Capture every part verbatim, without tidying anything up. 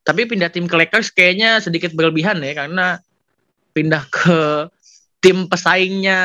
Tapi pindah tim ke Lakers kayaknya sedikit berlebihan ya, karena pindah ke tim pesaingnya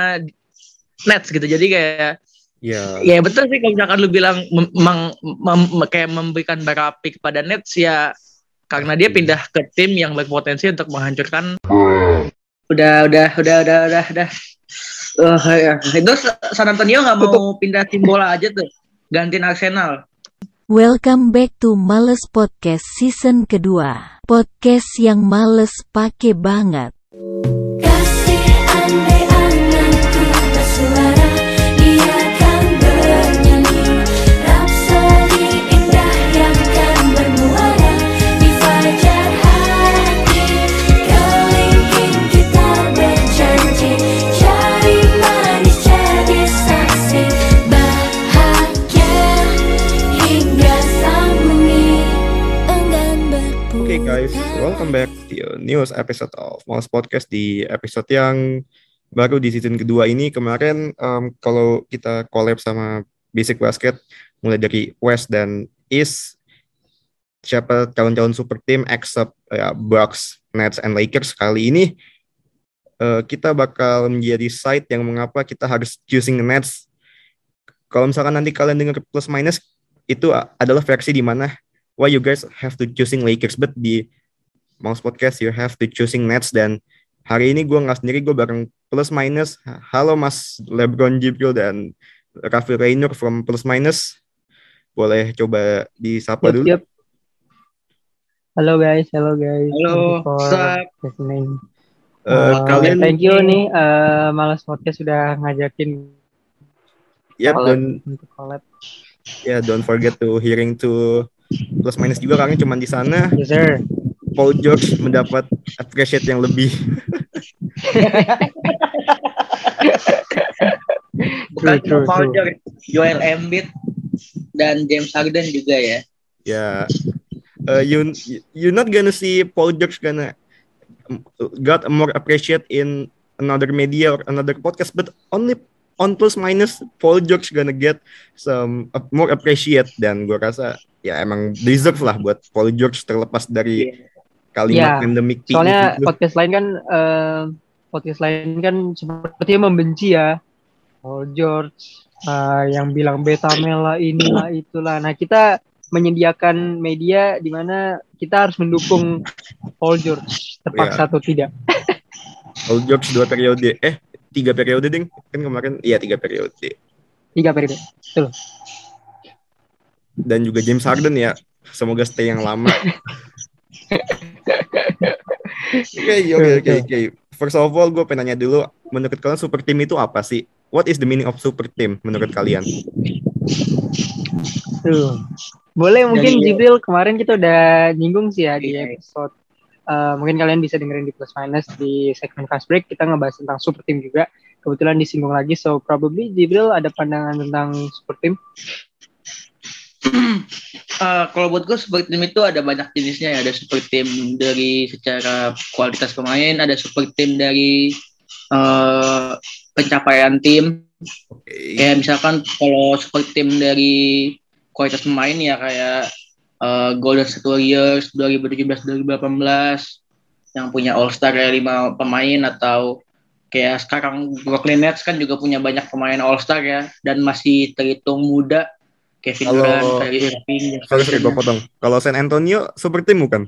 Nets gitu. Jadi kayak Ya, ya betul sih kalau misalkan lu bilang mem, mem, mem, kayak memberikan barapi kepada Nets ya, karena dia pindah ke tim yang berpotensi untuk menghancurkan. Udah, udah, udah, udah, udah, udah. Uh, ya. Itu San Antonio nggak mau pindah tim bola aja tuh, gantiin Arsenal. Welcome back to Males Podcast season kedua. Podcast yang males pake banget. Kasih andai anganku bersuara, dia kan bernyanyi rapsodi indah yang kan bermuara di fajar hati. Kelingking kita berjanji, jari manis jadi saksi bahagia hingga sang bumi enggan berputar. Oke okay guys, welcome back to news episode of Males Podcast. Di episode yang baru di season kedua ini. Kemarin um, kalau kita collab sama Basic Basket, mulai dari West dan East, siapa calon-calon super team except ya, Bucks, Nets, and Lakers. Kali ini uh, kita bakal menjadi side yang mengapa kita harus choosing the Nets. Kalau misalkan nanti kalian dengar plus minus, itu adalah versi di mana why you guys have to choosing Lakers, but di Mouse Podcast you have to choosing Nets. Dan hari ini gue nggak sendiri, gue bareng plus minus. Halo Mas LeBron Jibril dan Raffi Rainer from plus minus. Boleh coba disapa yep, dulu. Yep. Halo guys, halo guys. Halo, Thank listening. Uh, uh, kalian thank you nih, uh, Males Podcast sudah ngajakin. Yep, collab don't, untuk collab. yeah, don't forget to hearing to plus minus juga, karena cuma di sana Yes sir. Paul George mendapat appreciate yang lebih. Bukan True, true, Paul true. George, Joel Embiid dan James Harden juga ya. Ya, yeah. uh, you you're not gonna see Paul George gonna got more appreciate in another media or another podcast, but only on plus minus Paul George gonna get some uh, more appreciate. Dan gue rasa ya emang deserve lah buat Paul George, terlepas dari yeah. kalimat yeah. pandemic. Soalnya itu. podcast lain kan uh, podcast lain kan sepertinya membenci ya Paul George, uh, yang bilang beta male inilah itulah. Nah, kita menyediakan media di mana kita harus mendukung Paul George, terpaksa yeah. atau tidak. Paul George dua periode, eh tiga periode ding, kan kemarin, iya tiga periode. Tiga periode, betul. Dan juga James Harden ya, semoga stay yang lama. Oke, oke, oke, oke. First of all, gue pengen nanya dulu, menurut kalian super team itu apa sih? What is the meaning of super team menurut kalian? Tuh. Boleh mungkin Jadi, Jibril, kemarin kita udah nyinggung sih ya di episode. Uh, mungkin kalian bisa dengerin di plus minus di segmen fast break, kita ngebahas tentang super team juga. Kebetulan disinggung lagi, so probably Jibril ada pandangan tentang super team. uh, kalau buat gue super team itu ada banyak jenisnya ya. Ada super team dari secara kualitas pemain, ada super team dari uh, pencapaian tim. Okay. Kayak misalkan kalau super team dari kualitas pemain ya kayak uh, Golden State Warriors dua ribu tujuh belas dua ribu delapan belas yang punya All Star ya lima pemain, atau kayak sekarang Brooklyn Nets kan juga punya banyak pemain All Star ya dan masih terhitung muda. Kevin Durant, Kyrie Irving. Sorry, sorry, gue potong. Kalau San Antonio super team bukan?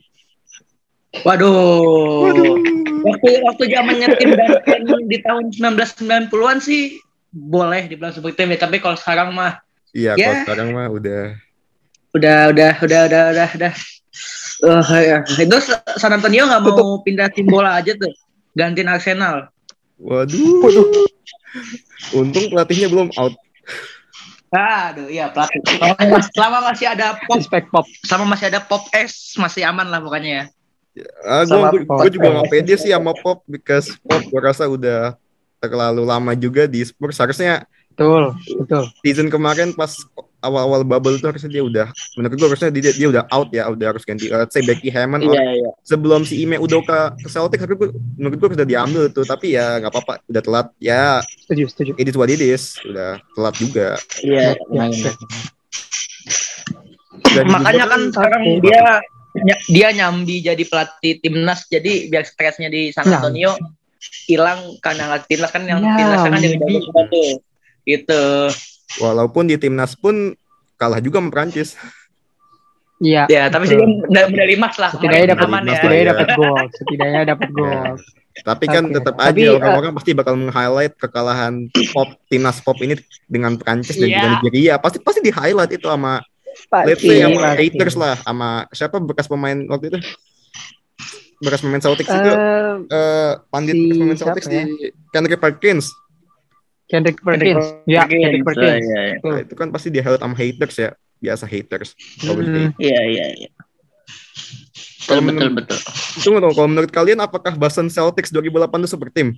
Waduh. Waduh. Waktu waktu zamannya tim Duncan di tahun sembilan belas sembilan puluhan sih boleh dibilang super team ya, tapi kalau sekarang mah iya, ya, kalau sekarang mah udah udah udah udah udah udah udah. Uh, ya. Itu San Antonio nggak mau pindah tim bola aja tuh, gantiin Arsenal. Waduh. Waduh. Untung pelatihnya belum out. Aduh, iya pelatih. Selama masih ada pop, pop, sama masih ada pop S, masih aman lah pokoknya ya. Ah, gue juga nggak pede sih sama pop, because pop gue rasa udah terlalu lama juga di Spurs. Harusnya betul, betul. Season kemarin pas awal-awal bubble itu harusnya dia udah, menurut gue harusnya dia, dia udah out ya, udah harus ganti. Uh, say Becky Hammond, iya, iya. Sebelum si Ime Udoka ke Celtics, harusnya menurut gue sudah diambil tuh, tapi ya nggak apa-apa, udah telat ya. Setuju, setuju. It is what it is, udah telat juga. Iya. Ya, ya. Makanya kan sekarang dia ny- dia nyambi jadi pelatih timnas, jadi biar stresnya di San Nyambi. Antonio hilang karena nggak timnas kan yang timnas kan jadi Nyambi. bagus tuh. Gitu. Walaupun di timnas pun kalah juga sama Prancis. Iya. Ya, tapi sih betul. dia medali emas lah. Setidaknya kemarin dapat aman ya. setidaknya ya. dapat gol, setidaknya dapat gol. Tapi kan Oke. tetap Tapi, aja orang-orang pasti bakal meng-highlight kekalahan pop timnas pop ini dengan Prancis dan Iya. juga Nigeria. Pasti pasti di-highlight itu sama let's Pasti, say sama pasti. haters lah, sama siapa bekas pemain waktu itu? Bekas pemain Celtics itu Eh, eh pandit si bekas pemain siapa Celtics ya? di Kendrick Perkins. Kendrick Perkins. Ya, Kendrick Perkins. Iya, iya. Nah, itu kan pasti di-highlight sama haters ya. Biasa haters. Hmm. Iya, iya, iya. Betul, Kalau betul, menurut- betul. Tunggu dong, kalau menurut kalian apakah Boston Celtics dua ribu delapan itu super team?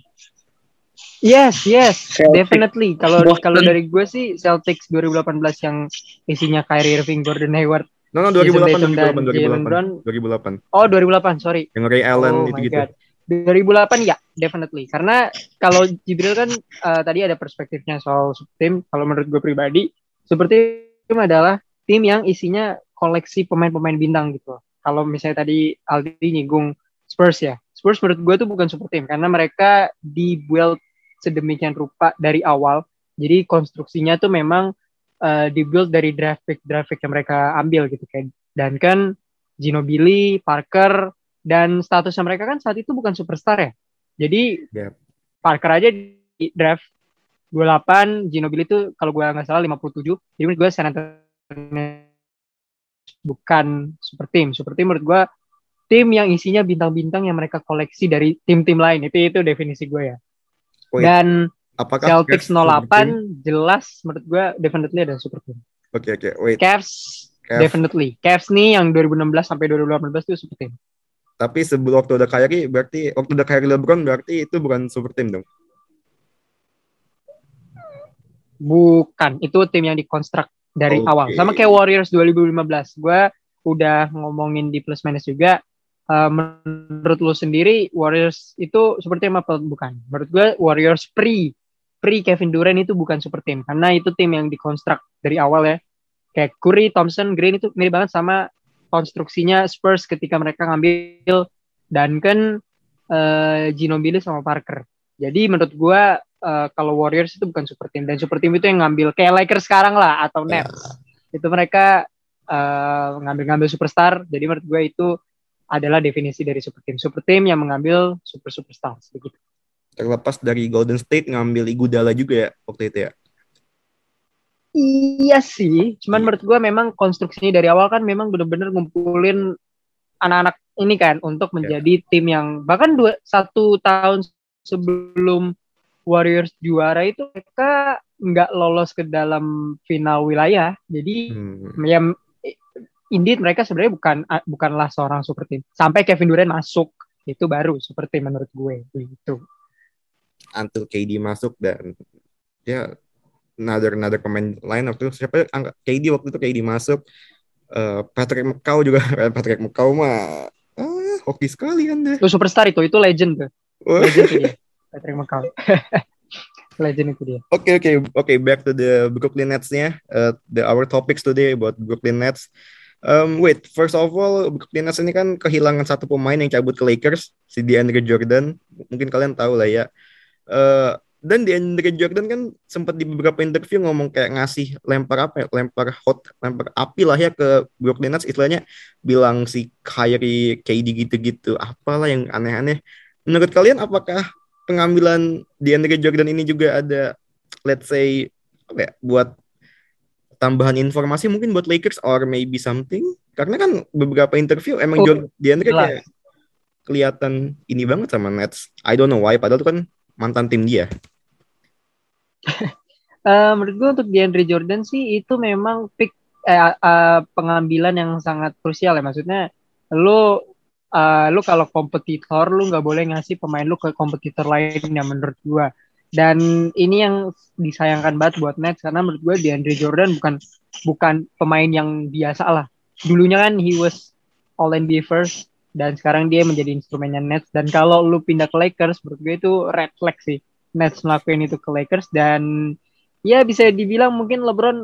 Yes, yes, Celtics. definitely. Kalau Boston. kalau dari gue sih Celtics dua ribu delapan belas yang isinya Kyrie Irving, Gordon Hayward. No, no, dua ribu delapan, Jason Tatum dan dua ribu delapan, Jalen Brown. dua ribu delapan. Oh, dua ribu delapan, sorry. Yang Ray Allen Oh itu my gitu. god. dua ribu delapan ya, definitely. Karena kalau Jibril kan eh, tadi ada perspektifnya soal super team. Kalau menurut gue pribadi, super team adalah tim yang isinya koleksi pemain-pemain bintang gitu. Kalau misalnya tadi Aldi nyinggung Spurs ya. Spurs menurut gue tuh bukan super team karena mereka dibuild sedemikian rupa dari awal. Jadi konstruksinya tuh memang uh, dibuild dari draft pick draft pick yang mereka ambil gitu kayak Duncan, Ginobili, Parker, dan statusnya mereka kan saat itu bukan superstar ya. Jadi Yep. Parker aja di draft dua puluh delapan, Ginobili itu kalau gue nggak salah lima puluh tujuh. Jadi menurut gue San Antonio bukan super team. Super team menurut gue tim yang isinya bintang-bintang yang mereka koleksi dari tim-tim lain. Itu itu definisi gue ya. Wait, Dan apakah Celtics Cavs super delapan team? jelas menurut gue definitely ada super team. Oke, oke, wait. Cavs Cavs. definitely. Cavs nih yang dua ribu enam belas sampai dua ribu delapan belas itu super team. Tapi sebelum waktu ada Kyrie, berarti waktu ada Kyrie LeBron berarti itu bukan super team dong. Bukan, itu tim yang dikonstruk dari Oke. awal. Sama kayak Warriors dua ribu lima belas. Gue udah ngomongin di plus minus juga. Uh, menurut lu sendiri Warriors itu super team apa bukan? Menurut gue Warriors pre pre Kevin Durant itu bukan super team karena itu tim yang dikonstruk dari awal ya. Kayak Curry, Thompson, Green itu mirip banget sama konstruksinya Spurs ketika mereka ngambil Duncan, uh, Ginobili sama Parker. Jadi menurut gue uh, kalau Warriors itu bukan super team dan super team itu yang ngambil kayak Lakers sekarang lah atau Nets. Itu mereka uh, ngambil-ngambil superstar. Jadi menurut gue itu adalah definisi dari super team. Super team yang mengambil super superstar begitu. Terlepas dari Golden State ngambil Iguodala juga ya waktu itu ya. Iya sih, cuman Iya. menurut gue memang konstruksinya dari awal kan memang benar-benar ngumpulin anak-anak ini kan untuk menjadi tim yang bahkan dua satu tahun sebelum Warriors juara itu mereka nggak lolos ke dalam final wilayah. Jadi Hmm. ya indeed mereka sebenarnya bukan bukanlah seorang super team. Sampai Kevin Durant masuk itu baru super team menurut gue gitu. Until K D masuk dan ya another another pemain lain waktu itu siapa angka K D waktu itu K D masuk. Uh, Patrick McCaw juga Patrick McCaw mah ah, hoki sekali Anda. Itu superstar itu, itu legend tuh. Wah. Legend itu dia. Patrick McCaw. Legend itu dia. Oke oke oke back to the Brooklyn Nets-nya. Uh, the our topics today about Brooklyn Nets. Um, wait, first of all, Brooklyn Nets ini kan kehilangan satu pemain yang cabut ke Lakers, si DeAndre Jordan. Mungkin kalian tahu lah ya. Uh, dan DeAndre Jordan kan sempat di beberapa interview ngomong kayak ngasih lempar apa ya, lempar hot, lempar api lah ya ke Brooklyn Nets, istilahnya bilang si Kyrie, K D gitu-gitu, apalah yang aneh-aneh. Menurut kalian apakah pengambilan DeAndre Jordan ini juga ada, let's say, apa ya, buat tambahan informasi mungkin buat Lakers or maybe something? Karena kan beberapa interview emang Oh, Jordan DeAndre jelas. kayak kelihatan ini banget sama Nets. I don't know why, padahal itu kan mantan tim dia. Uh, menurut gue untuk DeAndre Jordan sih itu memang pick eh, uh, pengambilan yang sangat krusial ya. Maksudnya lu uh, lu kalau kompetitor lu nggak boleh ngasih pemain lu ke kompetitor lainnya menurut gue. Dan ini yang disayangkan banget buat Nets karena menurut gue DeAndre Jordan bukan bukan pemain yang biasa lah. Dulunya kan he was All N B A first dan sekarang dia menjadi instrumennya Nets. Dan kalau lu pindah ke Lakers menurut gue itu red flag sih. Nets ngelakuin itu ke Lakers dan ya bisa dibilang mungkin LeBron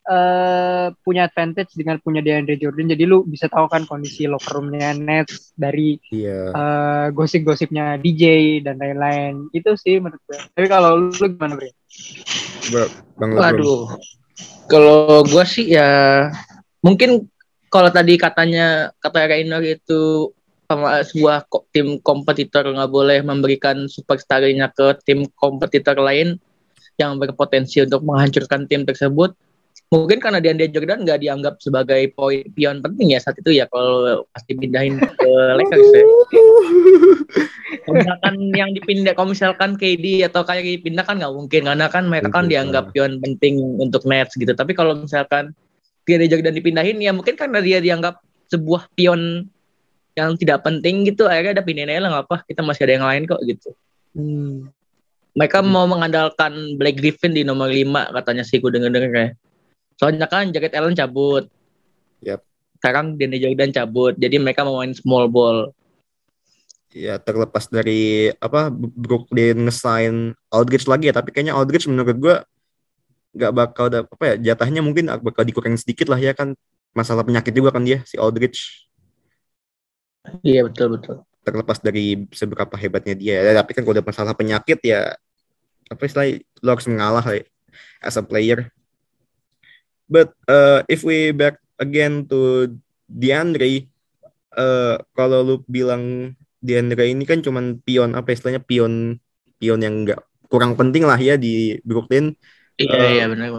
uh, punya advantage dengan punya DeAndre Jordan. Jadi lu bisa tahu kan kondisi locker roomnya Nets dari Iya. uh, gosip-gosipnya D J dan lain-lain. Itu sih menurut gue. Tapi kalau lu gimana, Bre? Gua- Bang Lebron. Waduh. Kalau gue sih ya mungkin kalau tadi katanya kata Rainer itu sama sebuah ko- tim kompetitor nggak boleh memberikan superstar-nya ke tim kompetitor lain yang berpotensi untuk menghancurkan tim tersebut. Mungkin karena DeAndre Jordan nggak dianggap sebagai poin pion penting ya saat itu ya kalau pasti pindahin ke Lakers ya. Kalau misalkan yang dipindah, kalau misalkan K D atau kayak pindah kan nggak mungkin karena kan mereka kan Mungkin, dianggap ah. pion penting untuk Nets gitu. Tapi kalau misalkan DeAndre Jordan dipindahin ya mungkin karena dia dianggap sebuah pion yang tidak penting gitu, akhirnya ada pindahin aja lah nggak apa, kita masih ada yang lain kok gitu. Hmm. Mereka mau mengandalkan Blake Griffin di nomor lima katanya sih gue denger-denger ya. Soalnya kan Jared Allen cabut. Yap. Sekarang DeAndre Jordan cabut. Jadi mereka mau main small ball. Ya terlepas dari apa Brooklyn nge-sign Aldridge lagi ya, tapi kayaknya Aldridge menurut gue nggak bakal ada apa ya, jatahnya mungkin bakal dikurangin sedikit lah ya kan, masalah penyakit juga kan dia si Aldridge. Iya betul-betul. Terlepas dari seberapa hebatnya dia ya, tapi kan kalau ada masalah penyakit ya apa istilahnya lo harus mengalah lah ya, as a player. But uh, if we back again to DeAndre, uh, kalau lu bilang DeAndre ini kan cuman pion apa istilahnya pion pion yang nggak kurang penting lah ya di Brooklyn. Iya Uh, iya benar.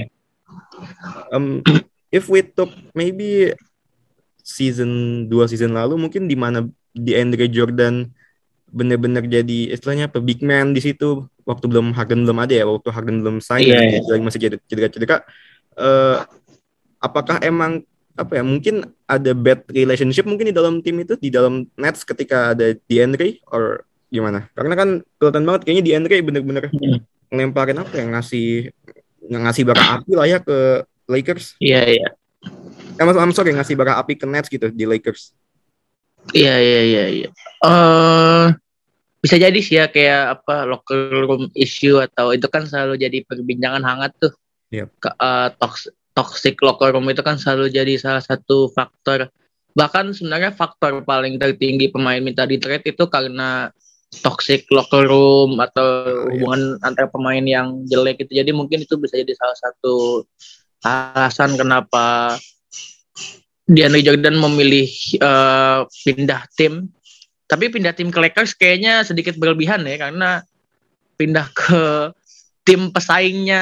Um, if we took maybe season dua season lalu mungkin di mana DeAndre Jordan benar-benar jadi istilahnya apa big man di situ waktu belum Harden belum ada ya, waktu Harden belum sign Iya, dan iya. lagi masih cedera-cedera. Uh, apakah emang apa ya mungkin ada bad relationship mungkin di dalam tim itu, di dalam Nets ketika ada DeAndre or gimana? Karena kan kelihatan banget kayaknya DeAndre benar-benar Hmm. ngelemparin apa ya, ngasih ngasih bara api lah ya ke Lakers. Iya iya. Eh, mas, I'm sorry, ngasih bara api ke Nets gitu di Lakers. Iya iya iya iya. Eh bisa jadi sih ya kayak apa locker room issue atau itu kan selalu jadi perbincangan hangat tuh. Yep. Ke, uh, tox- toxic locker room itu kan selalu jadi salah satu faktor. Bahkan sebenarnya faktor paling tertinggi pemain minta di trade itu karena toxic locker room atau Oh, hubungan antara pemain yang jelek itu. Jadi mungkin itu bisa jadi salah satu alasan kenapa DeAndre Jordan memilih uh, pindah tim. Tapi pindah tim ke Lakers kayaknya sedikit berlebihan ya karena pindah ke tim pesaingnya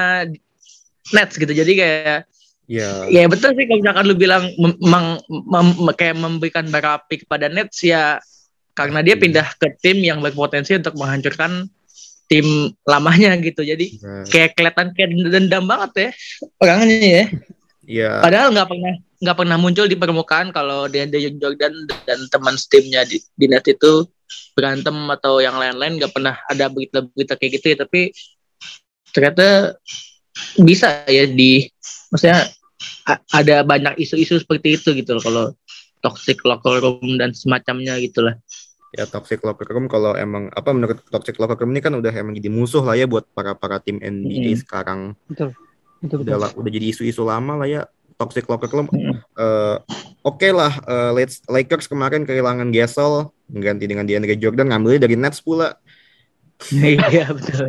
Nets gitu. Jadi kayak Ya, ya betul sih kalau misalkan lu bilang mem- mem- mem- kayak memberikan bara api kepada Nets ya karena dia pindah ke tim yang berpotensi untuk menghancurkan tim lamanya gitu. Jadi Right. kayak kelihatan kayak dendam banget ya orangnya ya. ya, Padahal nggak pernah nggak pernah muncul di permukaan kalau DeAndre Jordan dan teman timnya di, di Nets itu berantem atau yang lain-lain, nggak pernah ada berita-berita kayak gitu ya. Tapi ternyata bisa ya di maksudnya a- ada banyak isu-isu seperti itu gitu loh kalau toxic locker room dan semacamnya gitulah. ya toxic locker room kalau emang apa menurut toxic locker room ini kan udah emang jadi musuh lah ya buat para para tim N B A Mm. sekarang. Betul. Betul Udah betul. la- udah jadi isu-isu lama lah ya toxic locker room. Mm. Eh, Oke lah, eh, Let's- Lakers kemarin kehilangan Gasol, mengganti dengan DeAndre Jordan, ngambilnya dari Nets pula. Iya betul.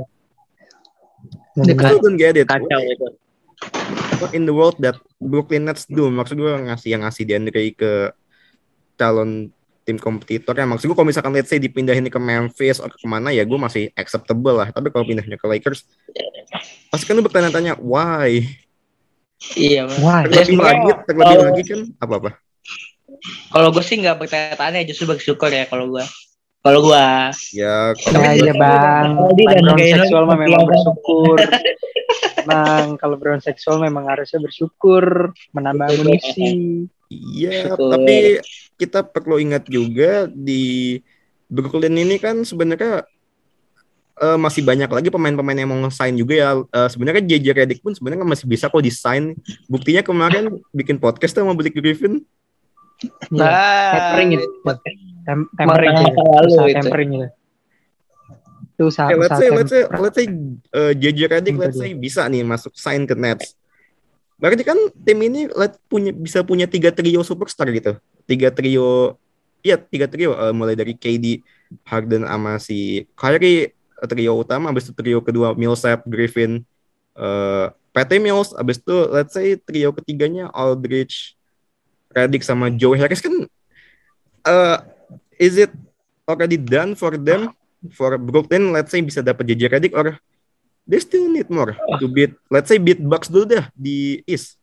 I Ka- don't get it. Kacau What, itu. what in the world that Brooklyn Nets do? Maksud gue ngasih yang ngasih DeAndre ke calon tim kompetitor ya. Maksud gue kalau misalkan let's say dipindahin ke Memphis atau kemana ya gue masih acceptable lah. Tapi kalau pindahnya ke Lakers, pasti kan lu bertanya-tanya why? Iya. Wah, Ya, Terlebih sebenarnya lagi, terlebih kalau- lagi kan apa-apa? Kalau gue sih nggak bertanya-tanya, justru bersyukur ya kalau gue. Kalau gue. Ya, ya iya bang. Kalau di Background dan seksual mah kayak- memang bersyukur. Bang, kalau background seksual memang harusnya bersyukur, menambah Betul, amunisi. iya, Betul. tapi kita perlu ingat juga di Brooklyn ini kan sebenarnya eh, masih banyak lagi pemain-pemain yang mau nge-sign juga ya. Eh, sebenarnya J J Redick pun sebenarnya masih bisa kok di-sign. Buktinya kemarin bikin podcast sama Blake Griffin. Iya. Ah, Tempering itu. Tem- tempering Masa itu. lalu Usaha itu. tempering itu. Itu usaha Eh, let's usaha say, let's say, temper- let's say uh, J J Redick Itu let's dia. say bisa nih masuk sign ke Nets. Berarti kan tim ini let, punya bisa punya tiga trio superstar gitu. Tiga trio, iya tiga trio uh, mulai dari K D, Harden sama si Kyrie trio utama, habis itu trio kedua Millsap, Griffin, uh, Patty Mills, habis itu let's say trio ketiganya Aldridge, Redick sama Joe Harris kan. Uh, is it already done for them, for Brooklyn? Let's say bisa dapat J J Redick or they still need more to beat, let's say beat Bucks dulu dah di East.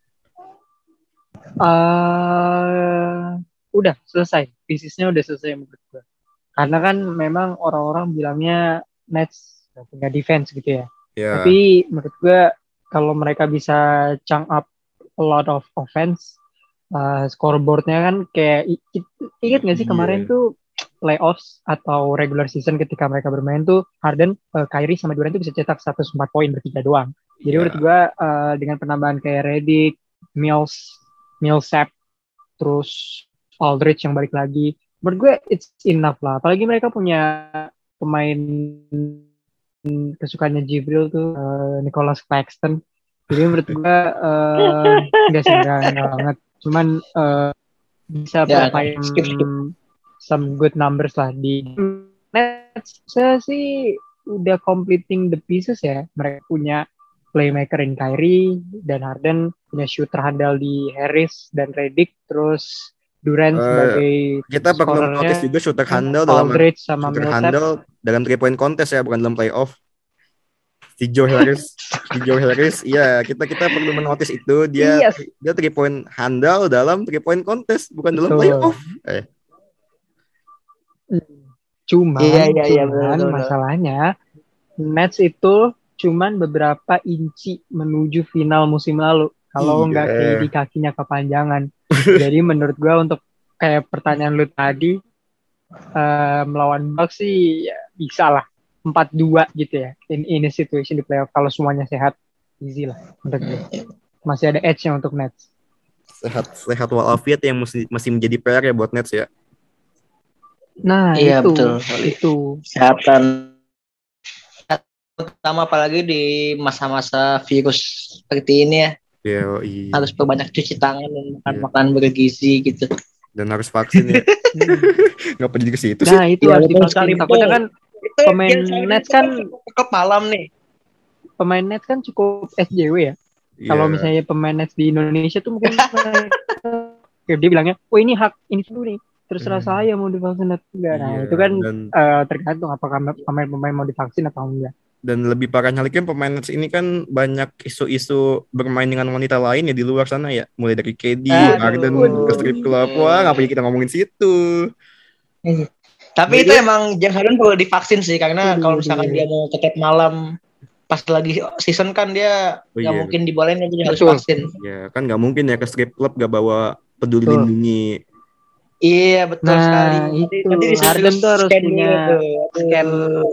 Uh, udah selesai, bisnisnya udah selesai menurut gue. Karena kan memang orang-orang bilangnya Nets nggak punya defense gitu ya. Yeah. Tapi menurut gue kalau mereka bisa chunk up a lot of offense, uh, scoreboardnya kan kayak i- i- ingat nggak sih kemarin Yeah. tuh playoffs atau regular season ketika mereka bermain tuh Harden, uh, Kyrie sama Durant tuh bisa cetak seratus empat poin bertiga doang. Jadi Yeah. menurut gue uh, dengan penambahan kayak Redick, Mills, Millsap, terus Aldridge yang balik lagi, menurut gue it's enough lah. Apalagi mereka punya pemain kesukaannya Jibril tuh, uh, Nicholas Claxton. Jadi menurut gue uh, nggak sih nggak nggak banget, cuman uh, bisa Ya, provide skip, skip. some good numbers lah di Nets. Saya sih udah completing the pieces ya. Mereka punya playmaker in Kyrie dan Harden, punya shooter handal di Harris dan Redick, terus Durant Uh, sebagai kita perlu scorernya, notice juga shooter handle dalam Aldridge sama shooter Millsap. handle dalam three point contest ya, bukan dalam playoff. Si Joe Harris, si Joe Harris, iya kita kita perlu menotis itu dia Iya, dia three point handle dalam three point contest, bukan dalam betul. playoff. Eh, Cuman, Iya, iya, iya, cuman betul, betul. masalahnya Nets itu cuman beberapa inci menuju final musim lalu. Kalau Iya. nggak K D kakinya kepanjangan. Jadi menurut gua untuk kayak pertanyaan lu tadi, eh, melawan Bucks sih ya, bisa lah empat dua gitu ya. In in a situation di playoff kalau semuanya sehat, easy lah menurut gua. Masih ada edge-nya untuk Nets. sehat sehat walafiat yang masih masih menjadi P R ya buat Nets ya. Nah, Iya, itu betul. itu. Kesehatan terutama apalagi di masa-masa virus seperti ini ya, Iya, iya. harus perbanyak cuci tangan dan makan Iya. makanan bergizi gitu. Dan harus vaksin ya. Ngapa jadi ke situ sih? Nah, itu Iya, harus betul sekali, divaksin. Takutnya betul. kan Itu pemain James Harden Nets itu kan cukup malam nih. pemain Nets kan cukup S J W ya. Kalau Iya. misalnya pemain Nets di Indonesia tuh mungkin ya, dia bilangnya, oh ini hak individu nih, terserah Hmm. saya mau divaksin atau enggak. Nah Iya, itu kan dan eh, tergantung apakah pemain-pemain mau divaksin atau enggak. dan lebih parahnya lagi kan pemain Nets ini kan banyak isu-isu bermain dengan wanita lain ya di luar sana ya, mulai dari K D, Aduh. Harden Waduh. ke strip club. Wah, ngapain kita ngomongin situ? Tapi By itu the way- emang James Harden perlu divaksin sih, karena Aduh, kalau misalkan aduh. dia mau ke tiap malam pas lagi season kan dia Oh, nggak iya. mungkin dibolehin, jadi harus Betul. vaksin. Ya kan nggak mungkin ya ke strip club gak bawa peduli Betul. lindungi. Iya, betul Nah, sekali. Nanti, itu. nanti disuruh Harden tuh harus scan punya dulu tuh. scan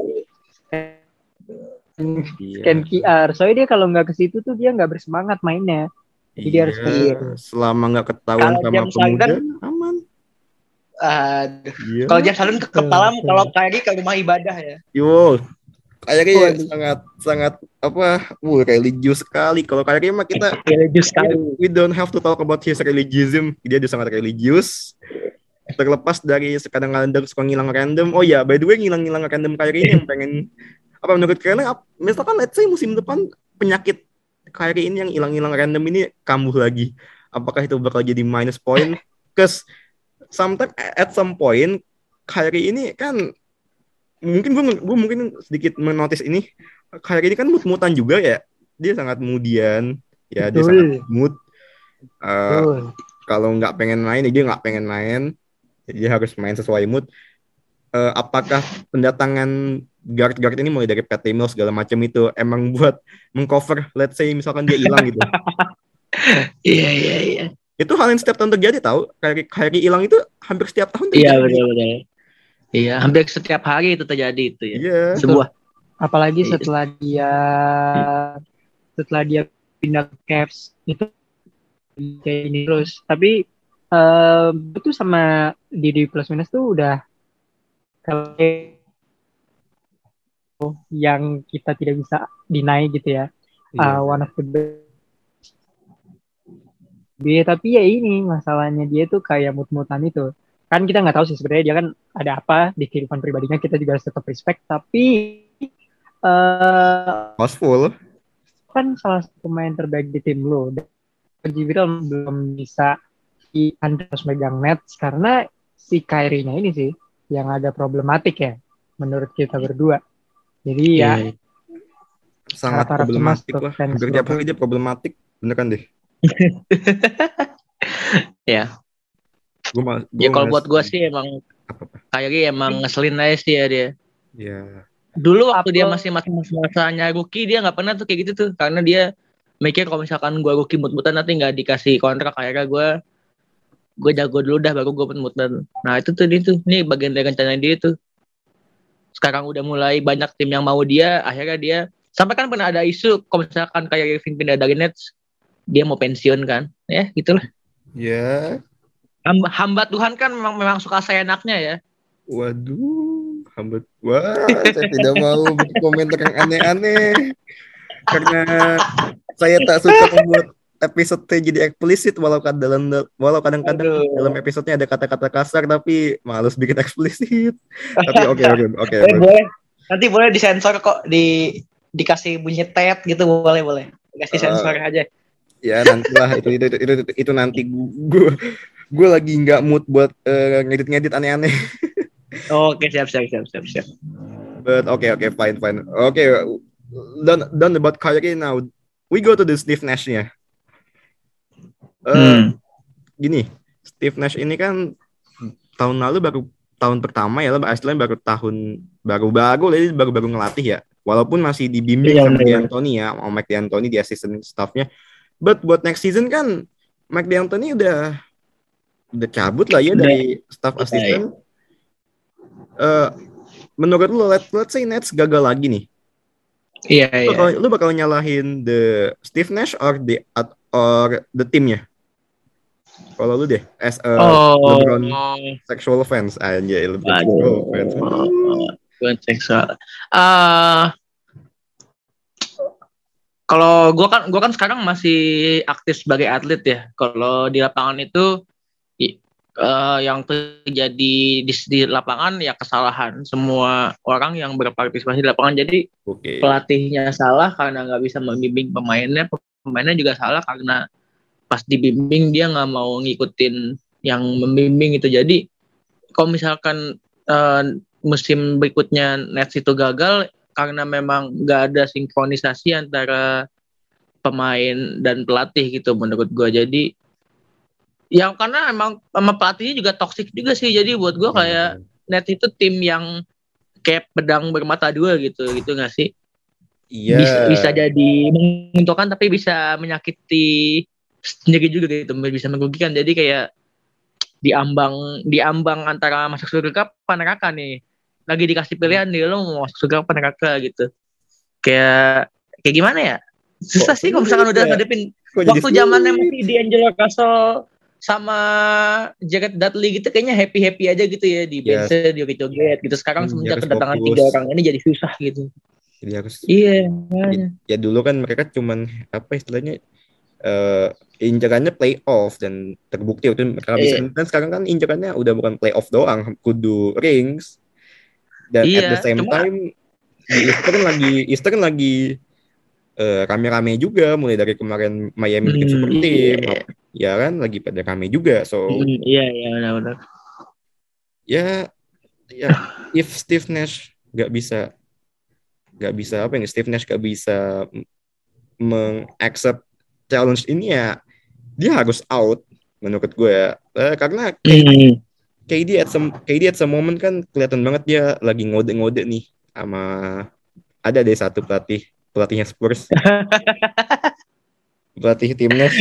Iya. scan Q R. Soalnya dia kalau nggak ke situ tuh dia nggak bersemangat mainnya. Jadi dia harus Iya, kayak gitu. selama nggak ketahuan Kalau sama James pemuda Harden- aman. Aduh. Iya. Kalau James Harden ke Betul, malam, betul. kalau Kyrie ke rumah ibadah ya. Yo, Kyrie Waduh. sangat sangat apa? Uh, religius sekali. Kalau Kyrie mah kita Religius sekali. we don't have to talk about his religiousm. Dia juga sangat religius. Terlepas dari kadang-kadang suka ngilang random. Oh ya, by the way ngilang-ngilang random Kyrie ini yang pengen apa menurut kalian? ap- Misalkan let's say musim depan penyakit Kyrie ini yang hilang-hilang random ini kambuh lagi. Apakah itu bakal jadi minus point? Cause sometimes at some point Kyrie ini kan mungkin gue gue mungkin sedikit menotis ini. Kyrie ini kan mut-mutan juga ya. Dia sangat mudian. Ya, dia Betul. sangat mood. Uh, Betul. kalau nggak pengen main, ya dia nggak pengen main. Dia harus main sesuai mood. Uh, apakah pendatangan guard-guard ini mulai dari Patty Mills segala macam itu emang buat mengcover, let's say misalkan dia hilang gitu. Iya, iya, iya. Itu hal yang setiap tahun terjadi tahu. Kyrie Kyrie hilang itu hampir setiap tahun Iya, terjadi. benar-benar. Iya, hampir setiap hari itu terjadi itu ya. Iya. Sebuah Apalagi Iya. setelah dia setelah dia pindah ke Cavs itu kayak ini terus. Tapi eh itu sama di di plus minus tuh udah kalau yang kita tidak bisa deny gitu ya. Iya. Uh, one of the best B, tapi ya ini masalahnya dia tuh kayak mut-mutan itu. Kan kita nggak tahu sih sebenarnya dia kan ada apa di kehidupan pribadinya, kita juga harus tetap respect. Tapi eh Hostful. kan salah satu pemain terbaik di tim lo. Dan Jibril belum bisa di harus megang Nets karena si Kyrie-nya ini sih yang ada problematik ya menurut kita berdua. Jadi ya Iya. Sangat harap-harap cemas problematik untuk lah. fans Hampir tiap Brooklyn. hari dia problematik. Beneran deh. Ya. Gue mas, Ya kalau buat gue sih emang apa-apa. Kyrie emang ngeselin aja sih ya dia. Ya. Dulu waktu dia Apa- masih masa-masanya rookie dia nggak pernah tuh kayak gitu tuh karena dia mikir kalau misalkan gue rookie mut-mutan nanti nggak dikasih kontrak, akhirnya gue gue jago dulu dah baru gue mut-mutan. Nah itu tuh dia tuh ini bagian dari rencana dia tuh. Sekarang udah mulai banyak tim yang mau dia, akhirnya dia sampai kan pernah ada isu kalau misalkan kayak Irving pindah dari Nets dia mau pensiun kan, ya gitulah. Ya. Hamba, hamba Tuhan kan memang memang suka seenaknya ya. Waduh. Hamba. Wah, saya tidak mau berkomentar yang aneh-aneh. Karena saya tak suka membuat episode jadi eksplisit walau kadang walau kadang-kadang Aduh. dalam episodenya ada kata-kata kasar tapi males bikin eksplisit. Tapi oke oke oke. Eh, boleh. Nanti boleh disensor kok, di dikasih bunyi tet gitu, boleh boleh. Kasih Uh, sensor aja. Ya nantilah itu itu itu itu, itu, itu nanti gue gue lagi nggak mood buat uh, ngedit-ngedit aneh-aneh. Oke, siap siap siap siap siap. But okay okay fine fine. Okay, done done about Kyrie now. We go to the Steve Nash-nya. Uh, Hmm. Gini, Steve Nash ini kan tahun lalu baru tahun pertama ya, istilahnya baru tahun baru-baru jadi baru-baru ngelatih ya. Walaupun masih dibimbing Iya, sama bener. D'Antoni ya, sama Mike D'Antoni di assistant staff-nya. But buat next season kan Mike D'Antoni udah udah cabut lah ya Udah. dari staff assistant. Uh, menurut lu let, let's say Nets gagal lagi nih. Iya Lu iya. bakal, lu bakal nyalahin the Steve Nash or the or the timnya? Kalau lu deh, as a Oh. LeBron sexual fans aja, LeBron sexual fans. LeBron seksual. Ah, kalau gue kan gue kan sekarang masih aktif sebagai atlet ya. Kalau di lapangan itu i- eh, yang terjadi di, di lapangan ya kesalahan semua orang yang berpartisipasi di lapangan. Jadi Oke. pelatihnya salah karena nggak bisa membimbing pemainnya, pemainnya juga salah karena pas dibimbing dia nggak mau ngikutin yang membimbing itu. Jadi kalau misalkan eh, musim berikutnya Nets itu gagal karena memang nggak ada sinkronisasi antara pemain dan pelatih gitu menurut gue. Jadi yang karena emang sama pelatihnya juga toksik juga sih. Jadi buat gue kayak Nets itu tim yang kayak pedang bermata dua gitu gitu nggak sih? Iya. Bisa, bisa jadi menguntungkan tapi bisa menyakiti sendiri juga gitu, bisa merugikan. Jadi kayak diambang diambang antara masuk surga apa neraka nih. Lagi dikasih pilihan nih, lo mau masuk surga apa neraka gitu. Kayak kayak gimana ya? Susah Kok sih kalau misalkan susah? udah ngadepin Kok jadi waktu zamannya sulit? masih D'Angelo Russell sama Jared Dudley gitu kayaknya happy-happy aja gitu ya di Yes. bench joget-joget gitu. Sekarang Hmm, semenjak harus kedatangan fokus. tiga orang ini jadi susah gitu. Jadi harus Iya. ya, ya dulu kan mereka cuman apa istilahnya eh injakannya playoff dan terbukti waktu mereka bisa. Iya. Dan sekarang kan injakannya udah bukan playoff doang, kudu rings. Dan Iya, at the same cuma- time di Eastern lagi Eastern lagi eh, rame-rame juga, mulai dari kemarin Miami bikin Hmm, super team, iya. ya kan lagi pada rame juga. So Hmm, iya iya benar-benar. ya ya if Steve Nash nggak bisa nggak bisa apa ini Steve Nash nggak bisa m- mengaccept challenge ini ya dia harus out menurut gue ya. Eh, karena K D, Hmm. K D at some K D at some moment kan kelihatan banget dia lagi ngode-ngode nih sama ada deh satu pelatih pelatihnya Spurs pelatih timnas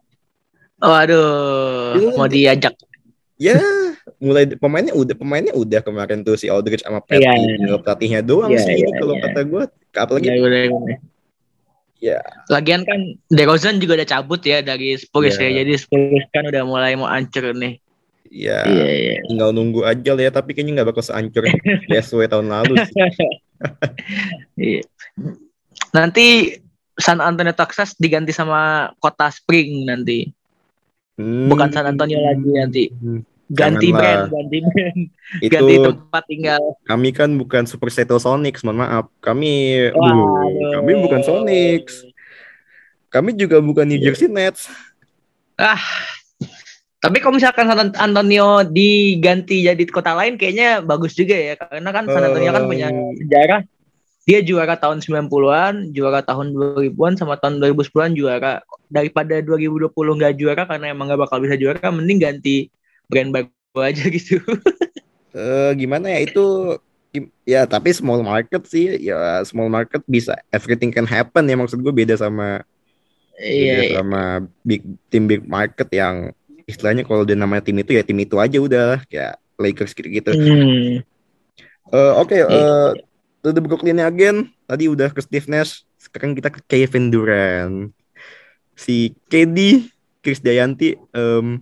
Waduh, Itu mau dia- diajak. ya mulai pemainnya udah pemainnya udah kemarin tuh si Aldridge sama Patty Iya. tinggal pelatihnya doang Iya, sih ini iya, kalau iya. kata gue apalagi Iya, bener, bener. ya Lagian kan DeRozan juga udah cabut ya dari Spurs Iya. ya. Jadi Spurs kan udah mulai mau hancur nih. ya Iya, iya. tinggal nunggu aja lah ya tapi kayaknya nggak bakal seancur B S W tahun lalu sih. Iya. Nanti San Antonio Texas diganti sama Kota Spring nanti. Hmm, bukan San Antonio lagi nanti. Ganti janganlah. brand, ganti brand, Itu ganti tempat tinggal. kami kan bukan Super Seattle Sonics, mohon maaf. Kami, duh, Waduh. kami bukan Sonics. Kami juga bukan New Jersey Nets. Ah, tapi kalau misalkan San Antonio diganti jadi kota lain kayaknya bagus juga ya. Karena kan San Antonio kan punya Um, sejarah. Dia juara tahun sembilan puluhan, juara tahun dua ribuan, sama tahun dua ribu sepuluhan juara. Daripada dua ribu dua puluh nggak juara karena emang nggak bakal bisa juara, mending ganti brand baru aja gitu. eh, gimana ya itu Im- ya tapi small market sih ya small market bisa everything can happen ya maksud gue beda sama Iya, beda iya. sama big tim big market yang istilahnya kalau udah namanya tim itu ya tim itu aja udah kayak Lakers gitu-gitu. Hmm. Eh, Oke, Iya. eh, to the Brooklyn again. Tadi udah ke Steve Nash, sekarang kita ke Kevin Durant. Si K D, Chris Dayanti, em,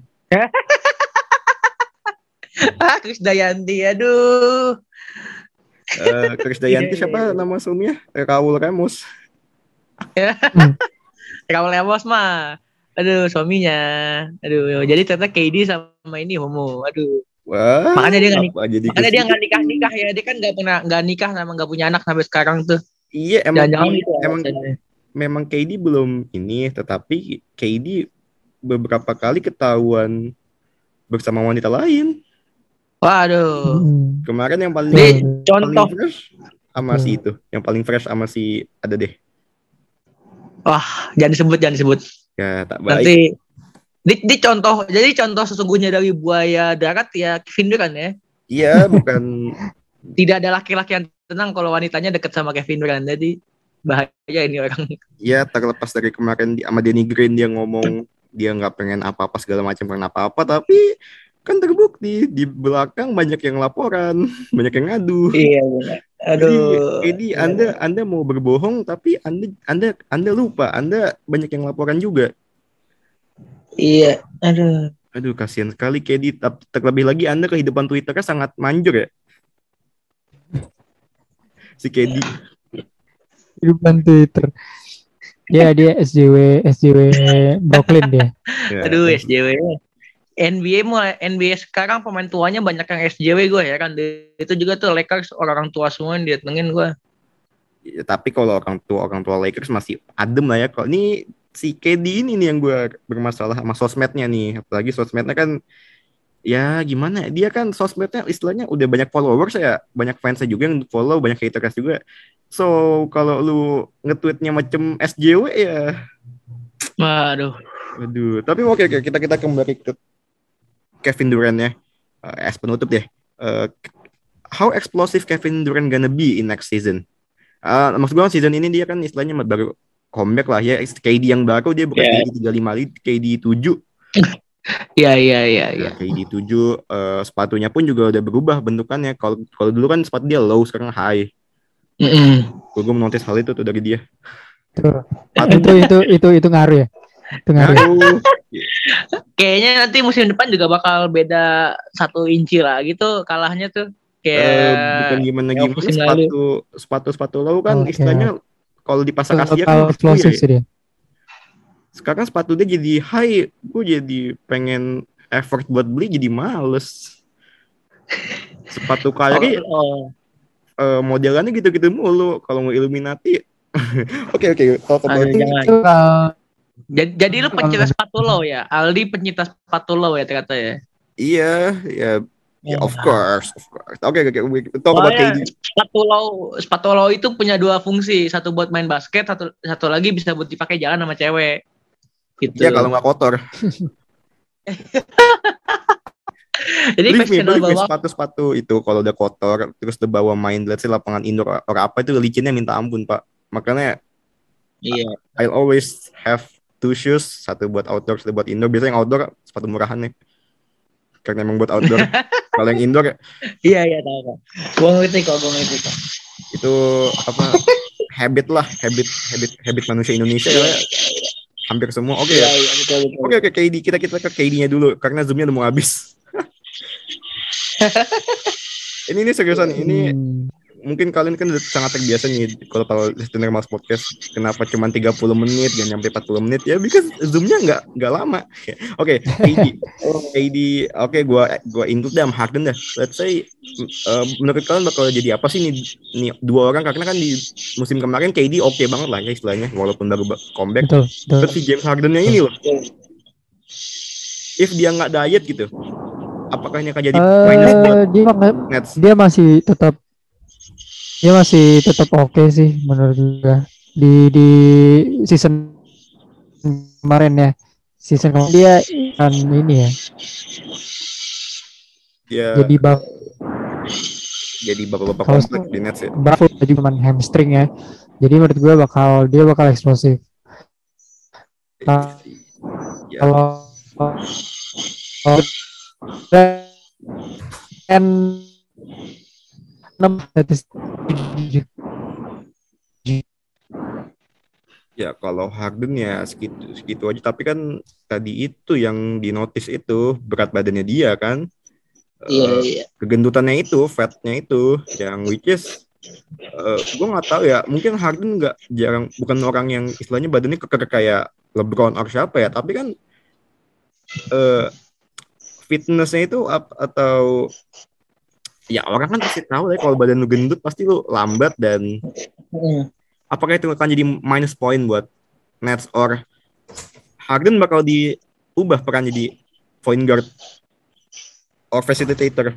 Ah, Chris Dayanti, aduh. eh, Chris Dayanti siapa nama suaminya? Eh, Raul Ramos. Raul Lemos mah. Aduh, suaminya. Aduh, jadi ternyata K D sama ini homo. Aduh. Wah, Makanya dia nggak nikah. apa jadi Makanya dia kesini? nggak nikah nikah ya. Dia kan nggak pernah nggak nikah sama nggak punya anak sampai sekarang tuh. Iya, emang Jangan-jangan gitu emang alasannya. memang K D belum ini, tetapi K D beberapa kali ketahuan bersama wanita lain. Waduh. Hmm. Kemarin yang paling Ini paling contoh. fresh sama si itu, yang paling fresh sama si ada deh. Wah, jangan disebut, jangan disebut. Ya tak baik. Nanti di, di contoh. Jadi contoh sesungguhnya dari buaya darat ya Kevin Durant ya. Iya, bukan Tidak ada laki-laki yang tenang kalau wanitanya deket sama Kevin Durant. Jadi bahaya ini orang. ya terlepas dari kemarin di, sama Danny Green dia ngomong dia nggak pengen apa-apa segala macam pengen apa-apa, tapi kan terbukti di belakang banyak yang laporan, banyak yang ngadu. Iya benar. Jadi, Aduh. jadi Anda Anda mau berbohong tapi Anda Anda Anda lupa Anda banyak yang laporan juga. Iya. Aduh. Aduh kasihan sekali K D. Terlebih lagi Anda kehidupan Twitternya sangat manjur ya. Si K D. Kehidupan Twitter. Ya dia S J W S J W Brooklyn dia. Ya. Aduh S J W. N B A mulai N B A sekarang pemain tuanya banyak yang S J W gue ya kan. Itu juga tuh Lakers orang tua semua yang didatengin gue. Ya, tapi kalau orang tua orang tua Lakers masih adem lah ya. Kalau ini si K D ini nih yang gue bermasalah sama sosmednya nih. Apalagi sosmednya kan ya gimana? Dia kan sosmednya istilahnya udah banyak followers ya, banyak fansnya juga yang follow, banyak haters juga. So kalau lu nge-tweetnya macam S J W ya. Waduh. Aduh. Tapi oke oke kita kita kembali ke Kevin Durant ya. Uh, as penutup deh. Uh, how explosive Kevin Durant gonna be in next season? Uh, maksud gue season ini dia kan istilahnya baru comeback lah ya. K D yang baru dia bukan Yeah. K D tiga puluh lima lagi, K D tujuh. Iya iya iya iya. Ya, K D tujuh uh, sepatunya pun juga udah berubah bentukannya. Kalau kalau dulu kan sepatu dia low, sekarang high. Mm-mm. Gue notice hal itu tuh dari dia. Tuh. Sepatu itu itu itu itu ngaruh ya. Itu ngaruh. ya? Aduh. Kayaknya nanti musim depan juga bakal beda satu inci lah gitu kalahnya tuh. Kayak Eh, bukan gimana ya, gimana musim sepatu sepatu sepatu low kan Oke. istilahnya kalau dipasang Asia Total kan explosive ya. sih dia. Sekarang sepatu dia jadi high, gue jadi pengen effort buat beli jadi males. Sepatu Kyrie oh, oh. eh, modelannya gitu-gitu mulu. Kalau mau Illuminati, oke oke. Talk about Aduh, it. jangan. Itu uh, Jadi, jadi lu pencinta sepatu low ya? Aldi pencinta sepatu low ya ternyata ya? Iya, ya, ya of course, of course. Oke oke. we Talk about K D. Soalnya sepatu low, sepatu low itu punya dua fungsi, satu buat main basket, satu satu lagi bisa buat dipakai jalan sama cewek. Gitu. Ya kalau nggak kotor. Jadi Beli fashionable banget. sepatu-sepatu itu kalau udah kotor terus dibawa main let's say lapangan indoor or apa itu licinnya minta ampun Pak. Makanya Iya. I'll always have two shoes, satu buat outdoor, satu buat indoor. Biasanya yang outdoor sepatu murahan nih. Karena emang buat outdoor. Kalau yang indoor Iya iya tahu kok. Gua ngerti kok, gua ngerti kok. itu apa habit lah, habit habit habit manusia Indonesia ya. Hampir semua. Oke Iya ya. iya betul betul. Oke oke K D kita kita ke K D-nya dulu karena zoom-nya udah mau habis. ini ini seriusan ini hmm, mungkin kalian kan udah sangat terbiasa nih kalau kalau listener Mas Podcast kenapa cuma tiga puluh menit dan nyampe empat puluh menit ya because zoomnya nggak nggak lama. Oke, K D, K D, oke gua gua input dah Harden dah. Let's say uh, menurut kalian bakal jadi apa sih nih, nih dua orang karena kan di musim kemarin K D oke banget lah ya istilahnya walaupun baru comeback. Betul, betul. Terus si James Hardennya ini loh, if dia nggak diet gitu, apakah ini akan jadi minus buat Eh, dia Nets? dia masih tetap dia masih tetap oke sih menurut gua di di season kemarin ya. Season kemarin dia kan ini ya. Dia Jadi bak jadi bapak-bapak Kalau- komplek di Nets ya. buff jadi cuma hamstring ya. Jadi menurut gua bakal dia bakal eksplosif. Nah, Ya, Kalau kalau dan enam ya kalau Harden ya segitu segitu aja tapi kan tadi itu yang di notice itu berat badannya dia kan. Iya, Eh, iya. kegendutannya itu, fatnya itu yang which is uh, gue nggak tahu ya, mungkin Harden nggak jarang bukan orang yang istilahnya badannya keker kayak LeBron atau siapa ya, tapi kan uh, fitnessnya itu ap- atau ya orang kan pasti tahu ya kalau badan lu gendut pasti lu lambat dan Mm. apakah itu akan jadi minus point buat Nets or Harden bakal diubah peran jadi point guard or facilitator?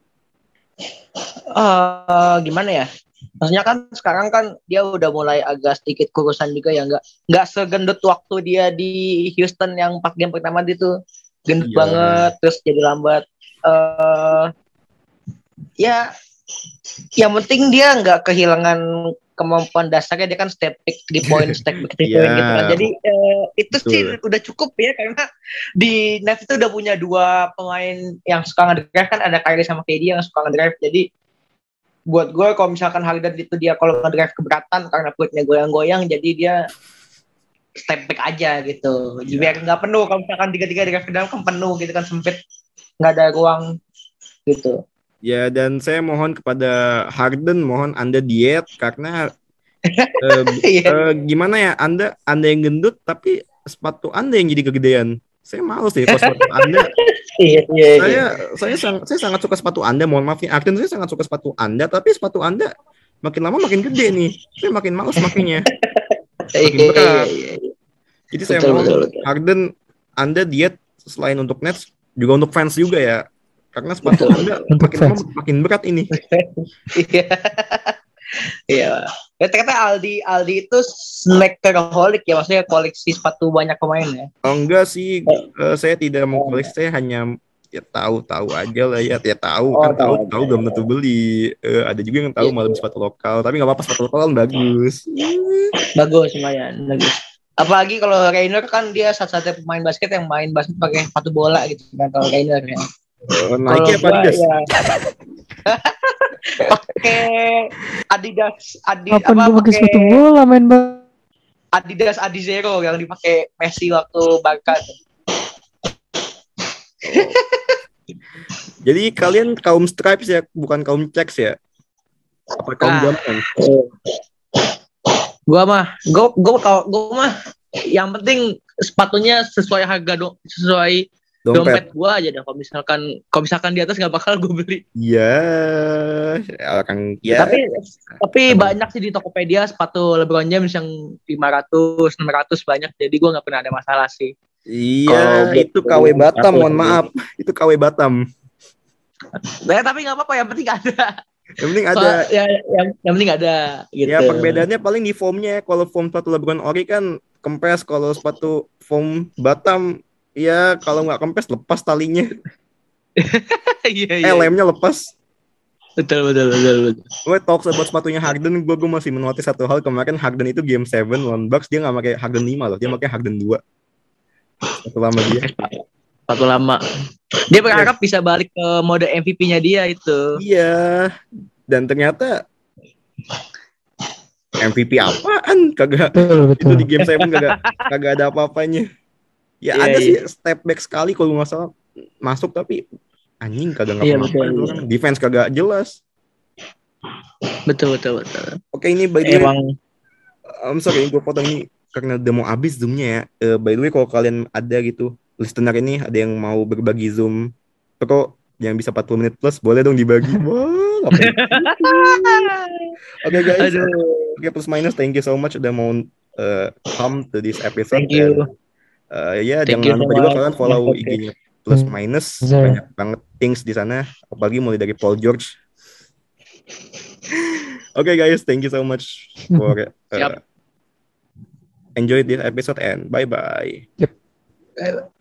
Eh, gimana ya? Maksudnya kan sekarang kan dia udah mulai agak sedikit kurusan juga ya, nggak nggak segendut waktu dia di Houston yang empat game pertama itu gendut Iya. banget terus jadi lambat. Eh ya, yang penting dia nggak kehilangan kemampuan dasarnya, dia kan step back di point, step back di point Iya. gitu kan. Jadi eh, itu Betul. sih udah cukup ya karena di Nets itu udah punya dua pemain yang suka ngedrive kan, ada Kyrie sama K D yang suka ngedrive. Jadi buat gue kalau misalkan Harden itu dia kalau ngedrive keberatan karena perutnya goyang-goyang, jadi dia step back aja gitu. Iya. Biar nggak penuh, kalau misalkan tiga-tiga drive ke dalam kan penuh gitu kan, sempit, nggak ada ruang gitu. Ya, dan saya mohon kepada Harden, mohon Anda diet karena eh, Iya. eh, gimana ya, Anda Anda yang gendut tapi sepatu Anda yang jadi kegedean. Saya males deh kalau sepatu Anda. Iya, iya, iya. Saya saya sang, saya sangat suka sepatu Anda. Mohon maaf nih, Harden, saya sangat suka sepatu Anda, tapi sepatu Anda makin lama makin gede nih. Saya makin males makainya. Iya, makin berat. iya, iya. Jadi saya Betul, mohon betul, betul. Harden, Anda diet selain untuk Nets juga untuk fans juga ya. Karena sepatu Betul. Anda Untuk makin fans. lama makin berat ini. Iya. Iya. Ya ternyata Aldi Aldi itu sneakeraholic ya, maksudnya koleksi sepatu banyak pemain ya. Oh, enggak sih, eh, saya tidak mau koleksi, saya hanya ya tahu-tahu aja lah ya, ya tahu Oh, kan tahu tahu tahu aja. belum tentu beli. Eh, ada juga yang tahu Iya. malah beli sepatu lokal, tapi nggak apa-apa sepatu lokal kan bagus. Bagus lumayan, bagus. Apalagi kalau Rainer kan dia satu-satunya pemain basket yang main basket pakai sepatu bola gitu kan, kalau Rainer ya. Eh, Kalau Nike apa gua Adidas? ya pakai Adidas Adi Kapan apa gue pakai sepatu pakai bola main bal? Adidas Adizero yang dipakai Messi waktu Barca. Jadi kalian kaum stripes ya, bukan kaum checks ya? Apa kaum Ah. gampang? Gua mah, gua gua kalau gua mah yang penting sepatunya sesuai harga dong, sesuai Dompet. dompet gua aja dah. Kalau misalkan kalau misalkan di atas nggak bakal gue beli. Iya, orang ya. Tapi tapi Apa? banyak sih di Tokopedia sepatu LeBron James yang lima ratus, enam ratus banyak. Jadi gua nggak pernah ada masalah sih. Iya, Kalau itu K W Batam, mohon maaf. Itu K W Batam. Nah, tapi nggak apa-apa, yang penting ada. Yang penting ada. Soal- ya, yang, yang penting ada gitu. Ya perbedaannya paling di foamnya. Kalau foam sepatu LeBron Ori kan kempes, kalau sepatu foam Batam ya kalau nggak kempes lepas talinya, Iya, eh iya. lemnya lepas. Betul, betul, betul, betul. Gue talk about sepatunya Harden, gue gue masih menotis satu hal kemarin. Harden itu game tujuh lawan Bucks dia nggak pakai Harden lima loh, dia pakai Harden dua. Satu lama dia. Sepatu lama. Dia berharap bisa balik ke mode M V P-nya dia itu. Iya. Dan ternyata M V P apaan? Kagak. Betul, Itu betul. di game tujuh kagak kagak ada apa-apanya. Ya Iya, ada iya. sih step back sekali kalau nggak salah masuk tapi anjing kagak Iya, ngapa-ngapain betul. orang. Defense kagak jelas. Betul betul betul. Oke, ini by the way, Emang I'm sorry gue potong ini karena udah mau habis zoomnya ya. Eh, by the way, kalau kalian ada gitu listener ini ada yang mau berbagi zoom pro yang bisa empat puluh menit plus, boleh dong dibagi. Wah, apa itu? Oke guys, aduh. oke plus minus, thank you so much udah mau uh, come to this episode. Thank you. Dan, uh, ya Thank you jangan so lupa juga much. kalian follow Mas I G-nya plus minus, Zah. banyak banget things di sana, apalagi mulai dari Paul George. Oke guys, thank you so much for uh, Siap. enjoy this episode and bye bye. Yep. Eh,